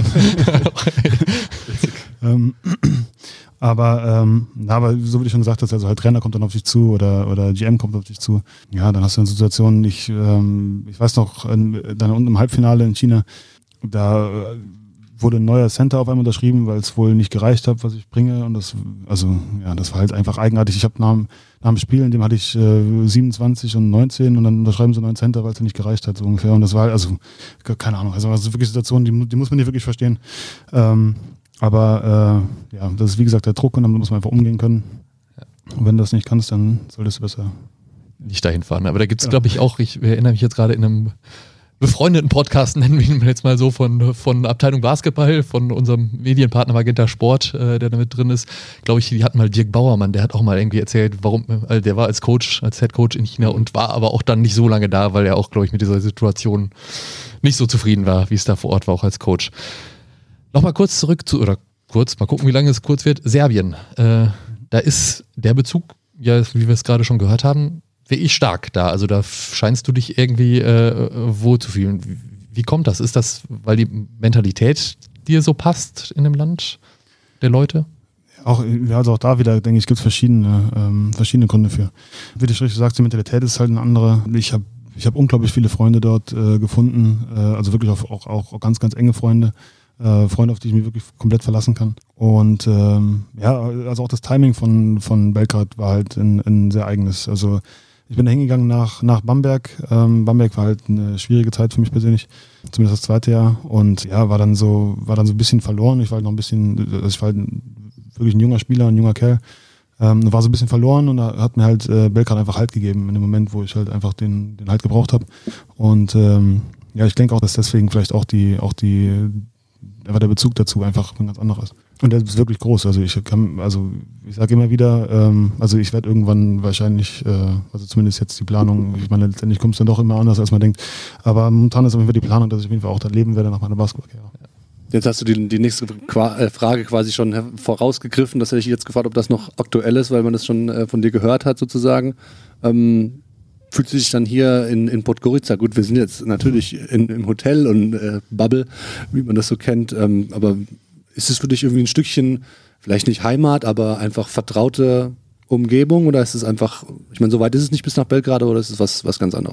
ähm, aber, ähm, na, aber so wie du schon gesagt hast, also halt Trainer kommt dann auf dich zu, oder, oder G M kommt auf dich zu. Ja, dann hast du eine Situation, ich, ähm, ich weiß noch, in, dann unten im Halbfinale in China, da wurde ein neuer Center auf einmal unterschrieben, weil es wohl nicht gereicht hat, was ich bringe. Und das, also, ja, das war halt einfach eigenartig. Ich habe nach, nach dem Spiel, in dem hatte ich äh, siebenundzwanzig und neunzehn, und dann unterschreiben sie einen neuen Center, weil es nicht gereicht hat, so ungefähr. Und das war halt, also, keine Ahnung, also, also wirklich Situationen, die, die muss man nicht wirklich verstehen. Ähm, aber, äh, ja, das ist wie gesagt der Druck, und damit muss man einfach umgehen können. Und wenn du das nicht kannst, dann solltest du besser nicht dahin fahren. Aber da gibt es, ja. glaube ich, auch, ich erinnere mich jetzt gerade in einem befreundeten Podcast, nennen wir ihn jetzt mal so, von, von Abteilung Basketball, von unserem Medienpartner Magenta Sport, äh, der da mit drin ist. Glaube ich, die hatten mal Dirk Bauermann, der hat auch mal irgendwie erzählt, warum, also der war als Coach, als Head Coach in China und war aber auch dann nicht so lange da, weil er auch, glaube ich, mit dieser Situation nicht so zufrieden war, wie es da vor Ort war, auch als Coach. Nochmal kurz zurück zu, oder kurz, mal gucken, wie lange es kurz wird, Serbien. Äh, da ist der Bezug, ja, wie wir es gerade schon gehört haben, wirklich stark da. Also da scheinst du dich irgendwie äh, wohlzufühlen. Wie, wie kommt das? Ist das, weil die Mentalität dir so passt in dem Land der Leute? Auch, ja, also auch da wieder, denke ich, gibt es verschiedene, ähm, verschiedene Gründe für. Wie du richtig sagst, die Mentalität ist halt eine andere. Ich habe ich hab unglaublich viele Freunde dort äh, gefunden, äh, also wirklich auch, auch, auch ganz, ganz enge Freunde. Äh, Freunde, auf die ich mich wirklich komplett verlassen kann. Und ähm, ja, also auch das Timing von, von Belgrad war halt ein, ein sehr eigenes. Also ich bin da hingegangen nach, nach Bamberg. Ähm, Bamberg war halt eine schwierige Zeit für mich persönlich, zumindest das zweite Jahr. Und ja, war dann so, war dann so ein bisschen verloren. Ich war halt noch ein bisschen, also ich war halt wirklich ein junger Spieler, ein junger Kerl. Ähm, war so ein bisschen verloren, und da hat mir halt äh, Belgrad einfach Halt gegeben in dem Moment, wo ich halt einfach den, den Halt gebraucht habe. Und ähm, ja, ich denke auch, dass deswegen vielleicht auch die, auch die, einfach der Bezug dazu einfach ein ganz anderer ist. Und der ist wirklich groß. Also ich kann, also ich sage immer wieder, ähm, also ich werde irgendwann wahrscheinlich, äh, also zumindest jetzt die Planung, ich meine, letztendlich kommt es dann doch immer anders, als man denkt. Aber momentan ist auf jeden Fall die Planung, dass ich auf jeden Fall auch da leben werde nach meiner Basketballkarriere. Jetzt hast du die, die nächste Frage quasi schon vorausgegriffen. Das hätte ich jetzt gefragt, ob das noch aktuell ist, weil man das schon äh, von dir gehört hat sozusagen. Ähm, fühlst du dich dann hier in, in Podgorica? Gut, wir sind jetzt natürlich in, im Hotel und äh, Bubble, wie man das so kennt, ähm, aber ist es für dich irgendwie ein Stückchen, vielleicht nicht Heimat, aber einfach vertraute Umgebung, oder ist es einfach, ich meine, so weit ist es nicht bis nach Belgrad, oder ist es was, was ganz anderes?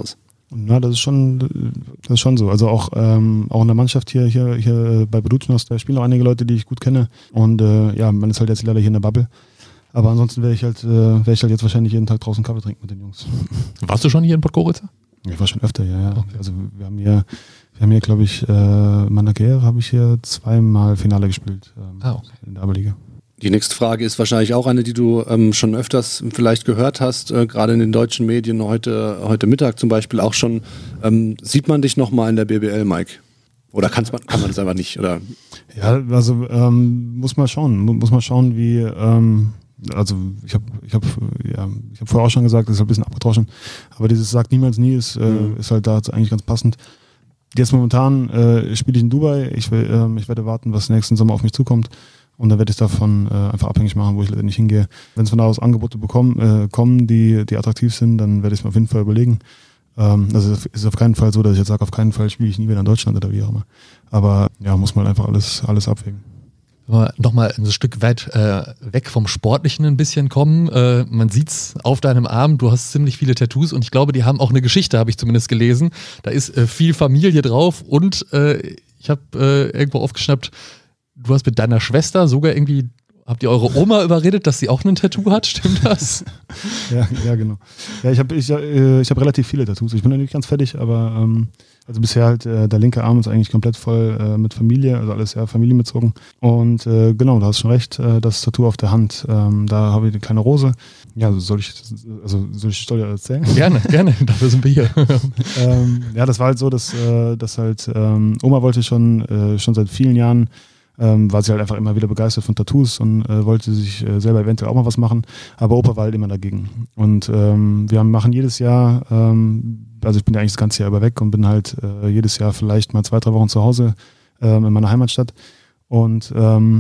Na, das ist schon, das ist schon so. Also auch, ähm, auch in der Mannschaft hier, hier, hier bei Beduchnos, da spielen auch einige Leute, die ich gut kenne. Und äh, ja, man ist halt jetzt leider hier in der Bubble. Aber ansonsten wäre ich halt, äh, wäre ich halt jetzt wahrscheinlich jeden Tag draußen Kaffee trinken mit den Jungs. Warst du schon hier in Podgorica? Ich war schon öfter, ja, ja. Okay. Also wir haben hier, wir haben hier, glaube ich, äh, in meiner Karriere habe ich hier zweimal Finale gespielt ähm, ah, okay. in der Aberliga. Die nächste Frage ist wahrscheinlich auch eine, die du ähm, schon öfters vielleicht gehört hast, äh, gerade in den deutschen Medien, heute, heute Mittag zum Beispiel auch schon. Ähm, sieht man dich nochmal in der B B L, Mike? Oder kann's man, kann man das einfach nicht? Oder? Ja, also ähm, muss man schauen. Muss man schauen, wie... Ähm, also ich habe ich hab, ja, ich hab vorher auch schon gesagt, das ist ein bisschen abgedroschen, aber dieses sagt niemals nie ist, äh, mhm. ist halt da eigentlich ganz passend. Jetzt momentan äh, spiele ich in Dubai. Ich, will, äh, ich werde warten, was nächsten Sommer auf mich zukommt. Und dann werde ich davon äh, einfach abhängig machen, wo ich nicht hingehe. Wenn es von da aus Angebote bekommen, äh, kommen, die, die attraktiv sind, dann werde ich es mir auf jeden Fall überlegen. Ähm, also es ist auf keinen Fall so, dass ich jetzt sage, auf keinen Fall spiele ich nie wieder in Deutschland oder wie auch immer. Aber ja, muss man einfach alles, alles abwägen. Nochmal ein Stück weit äh, weg vom Sportlichen ein bisschen kommen. Äh, man sieht's auf deinem Arm, du hast ziemlich viele Tattoos und ich glaube, die haben auch eine Geschichte, habe ich zumindest gelesen. Da ist äh, viel Familie drauf und äh, ich habe äh, irgendwo aufgeschnappt, du hast mit deiner Schwester sogar irgendwie, habt ihr eure Oma überredet, dass sie auch ein Tattoo hat? Stimmt das? ja, ja, genau. Ja, ich habe ich, äh, ich hab relativ viele Tattoos. Ich bin noch nicht ganz fertig, aber ähm, also bisher halt äh, der linke Arm ist eigentlich komplett voll äh, mit Familie, also alles ja familienbezogen. Und äh, genau, du hast schon recht, äh, das Tattoo auf der Hand, ähm, da habe ich eine kleine Rose. Ja, also soll ich, also soll ich die Story erzählen? Gerne, gerne, dafür sind wir hier. ähm, ja, das war halt so, dass, äh, dass halt ähm, Oma wollte schon, äh, schon seit vielen Jahren, Ähm, war sie halt einfach immer wieder begeistert von Tattoos und äh, wollte sich äh, selber eventuell auch mal was machen, aber Opa war halt immer dagegen. Und ähm, wir haben, machen jedes Jahr, ähm, also ich bin ja eigentlich das ganze Jahr über weg und bin halt äh, jedes Jahr vielleicht mal zwei, drei Wochen zu Hause ähm, in meiner Heimatstadt und ähm,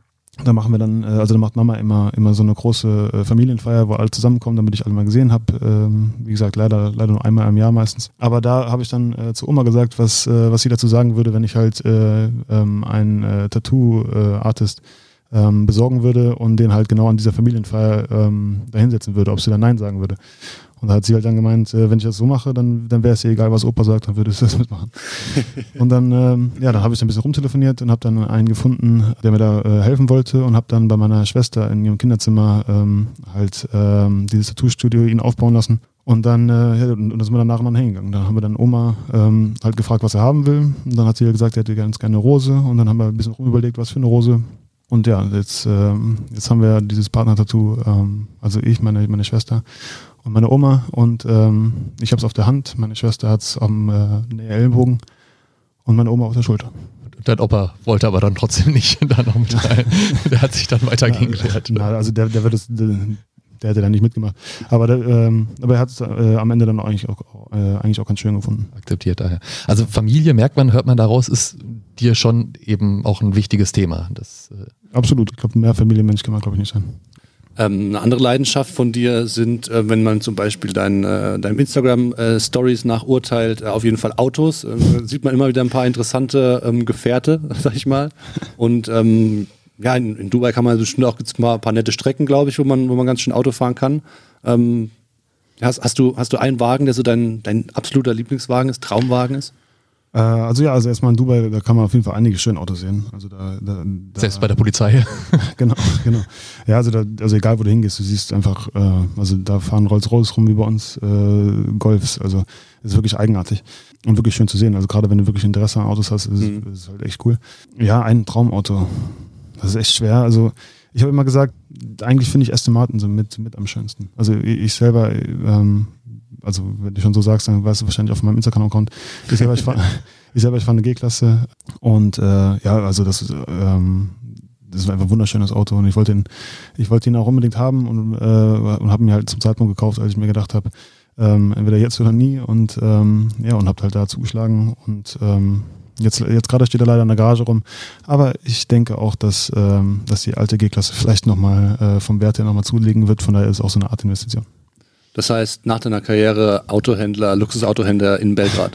da machen wir dann, äh, also da macht Mama immer, immer so eine große äh, Familienfeier, wo alle zusammenkommen, damit ich alle mal gesehen habe. Ähm, wie gesagt, leider, leider nur einmal im Jahr meistens. Aber da habe ich dann äh, zu Oma gesagt, was, äh, was sie dazu sagen würde, wenn ich halt äh, ähm, einen äh, Tattoo-Artist ähm, besorgen würde und den halt genau an dieser Familienfeier ähm, da hinsetzen würde, ob sie dann Nein sagen würde. Und da hat sie halt dann gemeint, äh, wenn ich das so mache, dann, dann wäre es ihr egal, was Opa sagt, dann würde ich das mitmachen. Und dann, ähm, ja, dann habe ich ein bisschen rumtelefoniert und habe dann einen gefunden, der mir da äh, helfen wollte und habe dann bei meiner Schwester in ihrem Kinderzimmer ähm, halt ähm, dieses Tattoo-Studio ihn aufbauen lassen. Und dann, äh, ja, und dann sind wir dann nacheinander hingegangen. Dann haben wir dann Oma ähm, halt gefragt, was er haben will. Und dann hat sie gesagt, er hätte ganz gerne eine Rose. Und dann haben wir ein bisschen rumüberlegt, was für eine Rose. Und ja, jetzt, ähm, jetzt haben wir dieses Partner-Tattoo, ähm, also ich, meine, meine Schwester und meine Oma. Und ähm, ich habe es auf der Hand, meine Schwester hat es am äh, Ellenbogen und meine Oma auf der Schulter. Dein Opa wollte aber dann trotzdem nicht da noch mit rein. Der hat sich dann weiter gegen gewehrt. Na, also der, der wird es... Der hätte dann nicht mitgemacht. Aber, der, ähm, aber er hat es äh, am Ende dann eigentlich auch, äh, eigentlich auch ganz schön gefunden. Akzeptiert daher. Also Familie, merkt man, hört man daraus, ist dir schon eben auch ein wichtiges Thema. Das, äh Absolut. Ich glaube, mehr Familienmensch kann man, glaube ich, nicht sein. Ähm, eine andere Leidenschaft von dir sind, äh, wenn man zum Beispiel dein, äh, deinem Instagram-Stories äh, nachurteilt, äh, auf jeden Fall Autos. Äh, sieht man immer wieder ein paar interessante ähm, Gefährte, sag ich mal. Und ähm, ja, in, in Dubai kann man bestimmt auch, gibt's mal ein paar nette Strecken, glaube ich, wo man, wo man ganz schön Auto fahren kann. Ähm, hast, hast, du, hast du einen Wagen, der so dein, dein absoluter Lieblingswagen ist, Traumwagen ist? Äh, also ja, also erstmal in Dubai, da kann man auf jeden Fall einige schöne Autos sehen. Also da, da, da Selbst bei der Polizei. Genau, genau. Ja, also, da, also egal, wo du hingehst, du siehst einfach, äh, also da fahren Rolls-Royce rum wie bei uns, äh, Golfs. Also das ist wirklich eigenartig und wirklich schön zu sehen. Also gerade wenn du wirklich Interesse an Autos hast, ist, mhm. ist es halt echt cool. Ja, ein Traumauto. Das ist echt schwer. Also ich habe immer gesagt, eigentlich finde ich Aston Martin so mit, mit am schönsten. Also ich selber, ähm, also wenn du schon so sagst, dann weißt du wahrscheinlich auf meinem Instagram-Account, ich selber, ich fahre ich selber, ich fahre eine G-Klasse und äh, ja, also das ist, ähm, das ist einfach ein wunderschönes Auto und ich wollte ihn, ich wollte ihn auch unbedingt haben und, äh, und habe mir halt zum Zeitpunkt gekauft, als ich mir gedacht habe, ähm, entweder jetzt oder nie und ähm, ja, und habe halt da zugeschlagen und ähm, Jetzt, jetzt gerade steht er leider in der Garage rum, aber ich denke auch, dass, ähm, dass die alte G-Klasse vielleicht nochmal äh, vom Wert her nochmal zulegen wird, von daher ist es auch so eine Art Investition. Das heißt, nach deiner Karriere Autohändler, Luxusautohändler in Belgrad?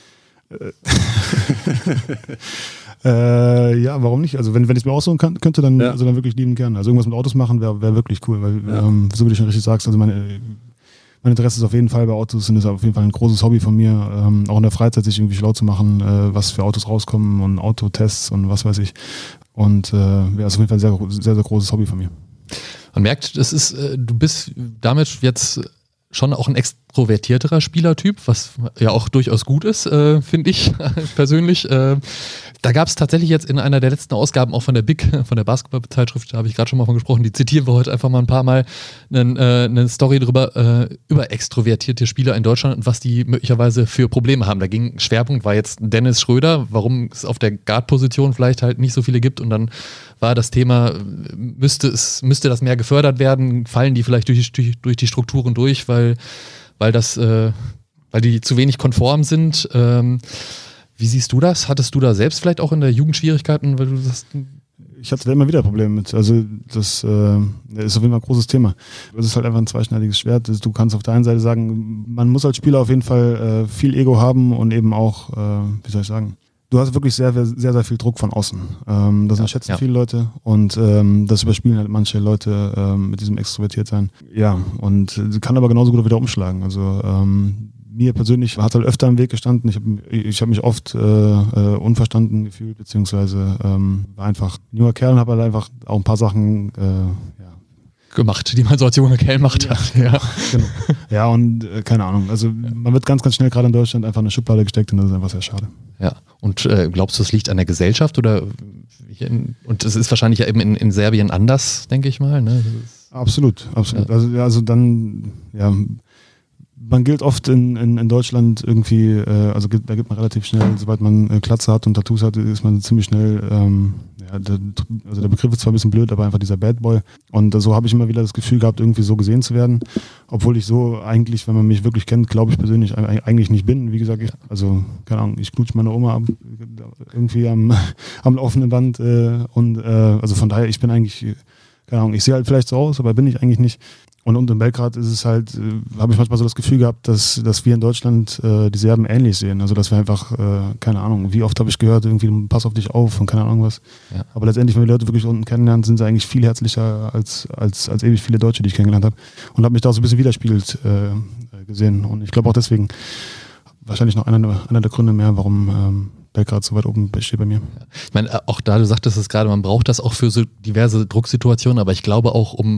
äh, ja, warum nicht? Also wenn, wenn ich es mir aussuchen kann, könnte, dann, ja. also dann wirklich lieben gerne. Also irgendwas mit Autos machen wäre wär wirklich cool, weil ja. ähm, so wie du schon richtig sagst, also meine mein Interesse ist auf jeden Fall bei Autos und ist auf jeden Fall ein großes Hobby von mir, ähm, auch in der Freizeit sich irgendwie schlau zu machen, äh, was für Autos rauskommen und Autotests und was weiß ich. Und äh, ja, ist auf jeden Fall ein sehr, sehr, sehr großes Hobby von mir. Man merkt, das ist, äh, du bist damit jetzt schon auch ein extrovertierterer Spielertyp, was ja auch durchaus gut ist, äh, finde ich persönlich. Äh, da gab es tatsächlich jetzt in einer der letzten Ausgaben auch von der Big, von der Basketball-Zeitschrift, da habe ich gerade schon mal von gesprochen, die zitieren wir heute einfach mal ein paar Mal, einen, äh, eine Story drüber, äh, über extrovertierte Spieler in Deutschland und was die möglicherweise für Probleme haben. Da ging Schwerpunkt, war jetzt Dennis Schröder, warum es auf der Guard-Position vielleicht halt nicht so viele gibt, und dann war das Thema, müsste es, müsste das mehr gefördert werden, fallen die vielleicht durch, durch, durch die Strukturen durch, weil, weil das, äh, weil die zu wenig konform sind. Ähm, wie siehst du das? Hattest du da selbst vielleicht auch in der Jugend Schwierigkeiten, weil du das? Ich hatte da immer wieder Probleme mit. Also das äh, ist auf jeden Fall ein großes Thema. Es ist halt einfach ein zweischneidiges Schwert. Du kannst auf der einen Seite sagen, man muss als Spieler auf jeden Fall äh, viel Ego haben und eben auch, äh, wie soll ich sagen, du hast wirklich sehr, sehr, sehr viel Druck von außen. Ähm, das unterschätzen ja. viele Leute und ähm, das überspielen halt manche Leute ähm, mit diesem Extrovertiertsein. Ja, und äh, kann aber genauso gut wieder umschlagen. Also ähm, mir persönlich hat halt öfter im Weg gestanden. Ich habe ich hab mich oft äh, äh, unverstanden gefühlt, beziehungsweise ähm, war einfach ein junger Kerl und habe halt einfach auch ein paar Sachen äh, ja, gemacht, die man so als junger Kerl macht ja, hat. Ja, genau. Ja, und äh, keine Ahnung. Also man wird ganz, ganz schnell gerade in Deutschland einfach in eine Schublade gesteckt und das ist einfach sehr schade. Ja, und äh, glaubst du, es liegt an der Gesellschaft oder in, und es ist wahrscheinlich ja eben in, in Serbien anders, denke ich mal. Ne? Absolut, absolut. Ja. Also, ja, also dann, ja, man gilt oft in, in, in Deutschland irgendwie, äh, also gibt, da gibt man relativ schnell, sobald man äh, Glatze hat und Tattoos hat, ist man ziemlich schnell, ähm, ja, der, also der Begriff ist zwar ein bisschen blöd, aber einfach dieser Bad Boy. Und äh, so habe ich immer wieder das Gefühl gehabt, irgendwie so gesehen zu werden, obwohl ich so eigentlich, wenn man mich wirklich kennt, glaube ich persönlich eigentlich nicht bin. Wie gesagt, ich, also keine Ahnung, ich klutsch meine Oma ab, irgendwie am, am laufenden Band äh, und äh, also von daher, ich bin eigentlich, keine Ahnung, ich sehe halt vielleicht so aus, aber bin ich eigentlich nicht. Und, und in Belgrad ist es halt, äh, habe ich manchmal so das Gefühl gehabt, dass, dass wir in Deutschland äh, die Serben ähnlich sehen. Also dass wir einfach, äh, keine Ahnung, wie oft habe ich gehört, irgendwie pass auf dich auf und keine Ahnung was. Ja. Aber letztendlich, wenn wir Leute wirklich unten kennenlernen, sind sie eigentlich viel herzlicher als, als, als ewig viele Deutsche, die ich kennengelernt habe. Und habe mich da so ein bisschen widerspiegelt äh, gesehen. Und ich glaube auch deswegen, wahrscheinlich noch einer, einer der Gründe mehr, warum ähm, Belgrad so weit oben steht bei mir. Ich meine, auch da, du sagtest es gerade, man braucht das auch für so diverse Drucksituationen, aber ich glaube auch um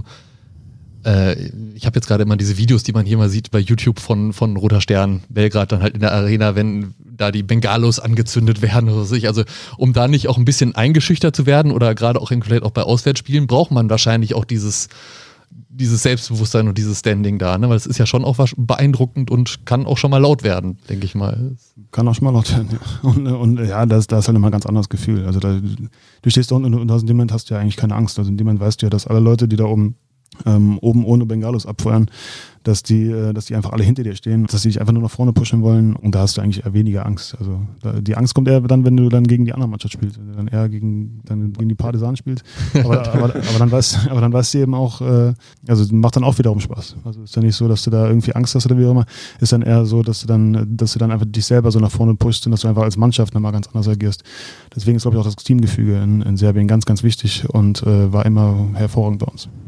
ich habe jetzt gerade immer diese Videos, die man hier mal sieht bei YouTube von, von Roter Stern, Belgrad, dann halt in der Arena, wenn da die Bengalos angezündet werden oder so. Also um da nicht auch ein bisschen eingeschüchtert zu werden oder gerade auch, vielleicht auch bei Auswärtsspielen, braucht man wahrscheinlich auch dieses, dieses Selbstbewusstsein und dieses Standing da, ne? Weil es ist ja schon auch beeindruckend und kann auch schon mal laut werden, denke ich mal. Kann auch schon mal laut werden, ja. Und, und ja, das, das ist halt immer ein ganz anderes Gefühl. Also da, du stehst da unten und in dem Moment hast du ja eigentlich keine Angst. Also in dem Moment weißt du ja, dass alle Leute, die da oben Ähm, oben ohne Bengalos abfeuern, dass die, äh, dass die einfach alle hinter dir stehen, dass die dich einfach nur nach vorne pushen wollen und da hast du eigentlich eher weniger Angst. Also da, die Angst kommt eher dann, wenn du dann gegen die andere Mannschaft spielst, wenn du dann eher gegen, dann gegen die Partisanen spielst. Aber, aber, aber dann weißt, aber dann weißt du eben auch, äh, also macht dann auch wiederum Spaß. Also ist dann nicht so, dass du da irgendwie Angst hast oder wie auch immer, ist dann eher so, dass du dann, dass du dann einfach dich selber so nach vorne pushst und dass du einfach als Mannschaft nochmal ganz anders agierst. Deswegen ist, glaube ich, auch das Teamgefüge in, in Serbien ganz, ganz wichtig und äh, war immer hervorragend bei uns.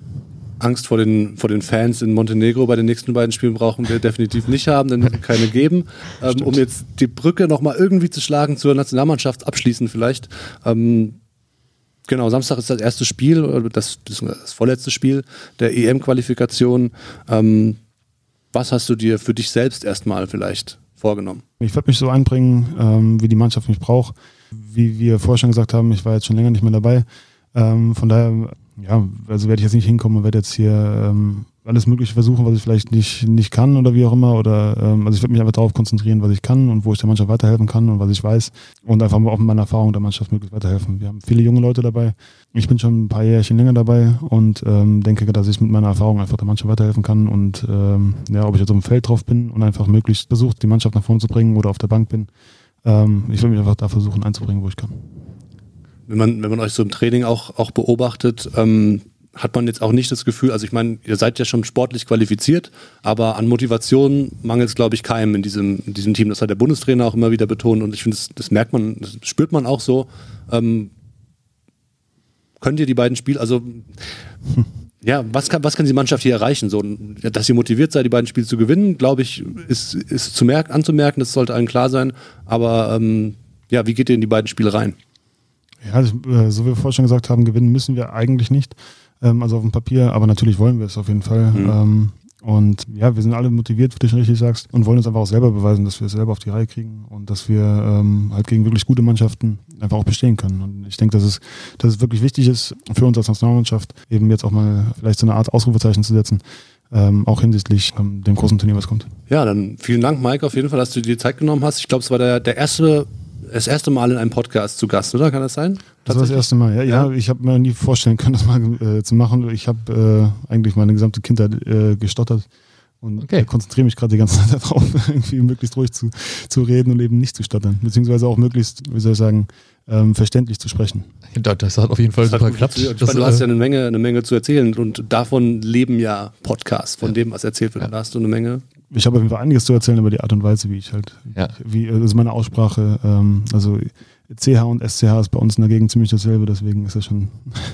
Angst vor den, vor den Fans in Montenegro bei den nächsten beiden Spielen brauchen wir definitiv nicht haben, denn es wird keine geben. Ähm, um jetzt die Brücke nochmal irgendwie zu schlagen zur Nationalmannschaft abschließend vielleicht. Ähm, genau, Samstag ist das erste Spiel, das, das, das vorletzte Spiel der E M-Qualifikation. Ähm, was hast du dir für dich selbst erstmal vielleicht vorgenommen? Ich werde mich so einbringen, ähm, wie die Mannschaft mich braucht. Wie wir vorher schon gesagt haben, ich war jetzt schon länger nicht mehr dabei. Ähm, von daher, ja, also werde ich jetzt nicht hinkommen und werde jetzt hier ähm, alles Mögliche versuchen, was ich vielleicht nicht, nicht kann oder wie auch immer. Oder ähm, also ich werde mich einfach darauf konzentrieren, was ich kann und wo ich der Mannschaft weiterhelfen kann und was ich weiß. Und einfach auch mit meiner Erfahrung der Mannschaft möglichst weiterhelfen. Wir haben viele junge Leute dabei. Ich bin schon ein paar Jährchen länger dabei und ähm, denke, dass ich mit meiner Erfahrung einfach der Mannschaft weiterhelfen kann. Und ähm, ja, ob ich jetzt auf dem Feld drauf bin und einfach möglichst versucht, die Mannschaft nach vorne zu bringen oder auf der Bank bin. Ähm, ich will mich einfach da versuchen einzubringen, wo ich kann. Wenn man, wenn man euch so im Training auch, auch beobachtet, ähm, hat man jetzt auch nicht das Gefühl, also ich meine, ihr seid ja schon sportlich qualifiziert, aber an Motivation mangelt es, glaube ich, keinem in diesem, in diesem Team. Das hat der Bundestrainer auch immer wieder betont und ich finde, das, das merkt man, das spürt man auch so. Ähm, könnt ihr die beiden Spiele, also Ja, was kann, was kann die Mannschaft hier erreichen? So, dass ihr motiviert seid, die beiden Spiele zu gewinnen, glaube ich, ist, ist zu merken, anzumerken, das sollte allen klar sein. Aber ähm, ja, wie geht ihr in die beiden Spiele rein? Ja, das, äh, so wie wir vorher schon gesagt haben, gewinnen müssen wir eigentlich nicht. Ähm, also auf dem Papier, aber natürlich wollen wir es auf jeden Fall. Mhm. Ähm, und ja, wir sind alle motiviert, wie du schon richtig sagst, und wollen uns einfach auch selber beweisen, dass wir es selber auf die Reihe kriegen und dass wir ähm, halt gegen wirklich gute Mannschaften einfach auch bestehen können. Und ich denke, dass es, dass es wirklich wichtig ist für uns als Nationalmannschaft, eben jetzt auch mal vielleicht so eine Art Ausrufezeichen zu setzen, ähm, auch hinsichtlich ähm, dem großen Turnier, was kommt. Ja, dann vielen Dank, Mike, auf jeden Fall, dass du dir die Zeit genommen hast. Ich glaube, es war der, der erste das erste Mal in einem Podcast zu Gast, oder? Kann das sein? Das war das erste Mal, ja. ja. ja ich habe mir nie vorstellen können, das mal äh, zu machen. Ich habe äh, eigentlich meine gesamte Kindheit äh, gestottert und okay. äh, konzentriere mich gerade die ganze Zeit darauf, irgendwie möglichst ruhig zu, zu reden und eben nicht zu stottern. Beziehungsweise auch möglichst, wie soll ich sagen, ähm, verständlich zu sprechen. Das hat auf jeden Fall das super geklappt. Ich meine, du hast ja eine Menge, eine Menge zu erzählen und davon leben ja Podcasts, von ja. dem, was erzählt wird. Ja. Da hast du eine Menge. Ich habe auf jeden Fall einiges zu erzählen über die Art und Weise, wie ich halt, ja. wie, also meine Aussprache, ähm, also C H und S C H ist bei uns in der Gegend ziemlich dasselbe, deswegen ist das schon...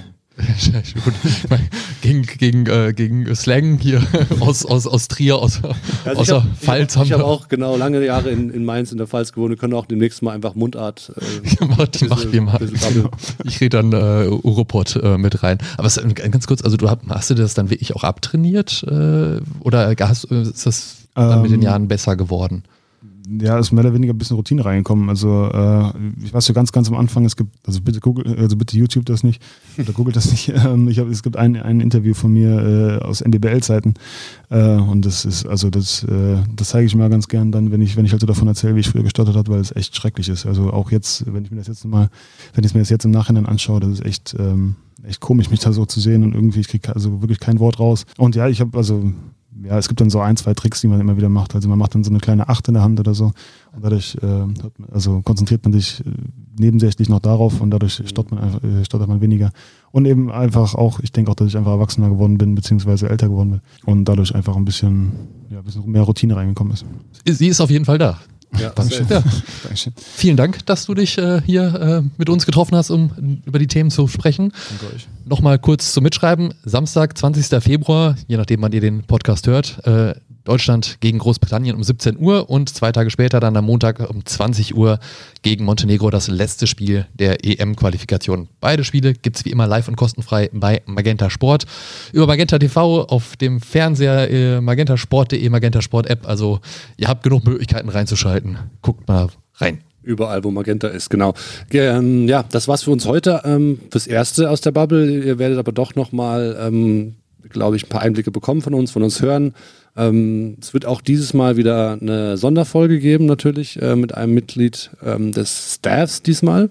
gegen, gegen, äh, gegen Slang hier aus, aus, aus Trier, aus, also aus der hab, Pfalz. Ich, ich habe auch genau lange Jahre in, in Mainz in der Pfalz gewohnt. Wir können auch demnächst mal einfach Mundart. Äh, ja, mach, die machen wir mal. Ich rede dann äh, Uropod äh, mit rein. Aber es, ganz kurz, also du hast, hast du das dann wirklich auch abtrainiert? Äh, oder hast, ist das dann ähm, mit den Jahren besser geworden? Ja, ist mehr oder weniger ein bisschen Routine reingekommen. Also äh, ich weiß so ganz, ganz am Anfang, es gibt, also bitte Google, also bitte YouTube das nicht, oder googelt das nicht. Ähm, ich hab, es gibt ein, ein Interview von mir äh, aus N B B L-Zeiten äh, und das ist, also das, äh, das zeige ich mal ganz gern dann, wenn ich, wenn ich halt so davon erzähle, wie ich früher gestottert habe, weil es echt schrecklich ist. Also auch jetzt, wenn ich mir das jetzt mal, wenn ich mir das jetzt im Nachhinein anschaue, das ist echt, ähm, echt komisch, mich da so zu sehen und irgendwie, ich kriege also wirklich kein Wort raus. Und ja, ich habe also ja, es gibt dann so ein, zwei Tricks, die man immer wieder macht. Also man macht dann so eine kleine Acht in der Hand oder so und dadurch äh, also konzentriert man sich äh, nebensächlich noch darauf und dadurch stottert man, einfach, äh, stottert man weniger. Und eben einfach auch, ich denke auch, dass ich einfach erwachsener geworden bin, beziehungsweise älter geworden bin und dadurch einfach ein bisschen, ja, ein bisschen mehr Routine reingekommen ist. Sie ist auf jeden Fall da. Ja, Dankeschön. Ja. Dankeschön. Vielen Dank, dass du dich äh, hier äh, mit uns getroffen hast, um über die Themen zu sprechen. Danke euch. Nochmal kurz zum Mitschreiben. Samstag, zwanzigster Februar, je nachdem, wann ihr den Podcast hört, äh, Deutschland gegen Großbritannien um siebzehn Uhr und zwei Tage später dann am Montag um zwanzig Uhr gegen Montenegro, das letzte Spiel der E M-Qualifikation. Beide Spiele gibt es wie immer live und kostenfrei bei Magenta Sport. Über Magenta T V auf dem Fernseher äh, magentasport punkt de, Magenta Sport App. Also ihr habt genug Möglichkeiten reinzuschalten. Guckt mal rein. Überall, wo Magenta ist, genau. Ähm, ja, das war's für uns heute. Ähm, fürs Erste aus der Bubble. Ihr werdet aber doch nochmal, ähm, glaube ich, ein paar Einblicke bekommen von uns, von uns hören. Ähm, es wird auch dieses Mal wieder eine Sonderfolge geben, natürlich, äh, mit einem Mitglied ähm, des Staffs diesmal.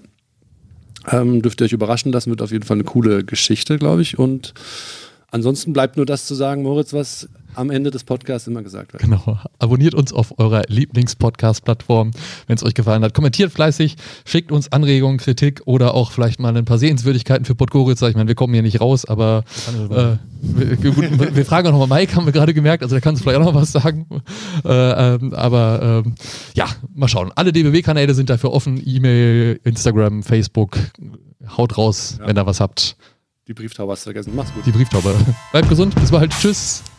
Ähm, dürft ihr euch überraschen lassen, wird auf jeden Fall eine coole Geschichte, glaube ich. Und ansonsten bleibt nur das zu sagen, Moritz, was am Ende des Podcasts immer gesagt wird. Genau. Abonniert uns auf eurer Lieblings-Podcast-Plattform, wenn es euch gefallen hat. Kommentiert fleißig, schickt uns Anregungen, Kritik oder auch vielleicht mal ein paar Sehenswürdigkeiten für Podgorica. Ich meine, wir kommen hier nicht raus, aber äh, wir, wir, wir fragen auch nochmal Mike, haben wir gerade gemerkt, also der kann uns vielleicht auch noch was sagen. Äh, ähm, aber ähm, ja, mal schauen. Alle D B W-Kanäle sind dafür offen. E-Mail, Instagram, Facebook. Haut raus, ja. Wenn ihr was habt. Die Brieftaube hast du vergessen. Mach's gut. Die Brieftaube. Bleibt gesund. Bis bald. Tschüss.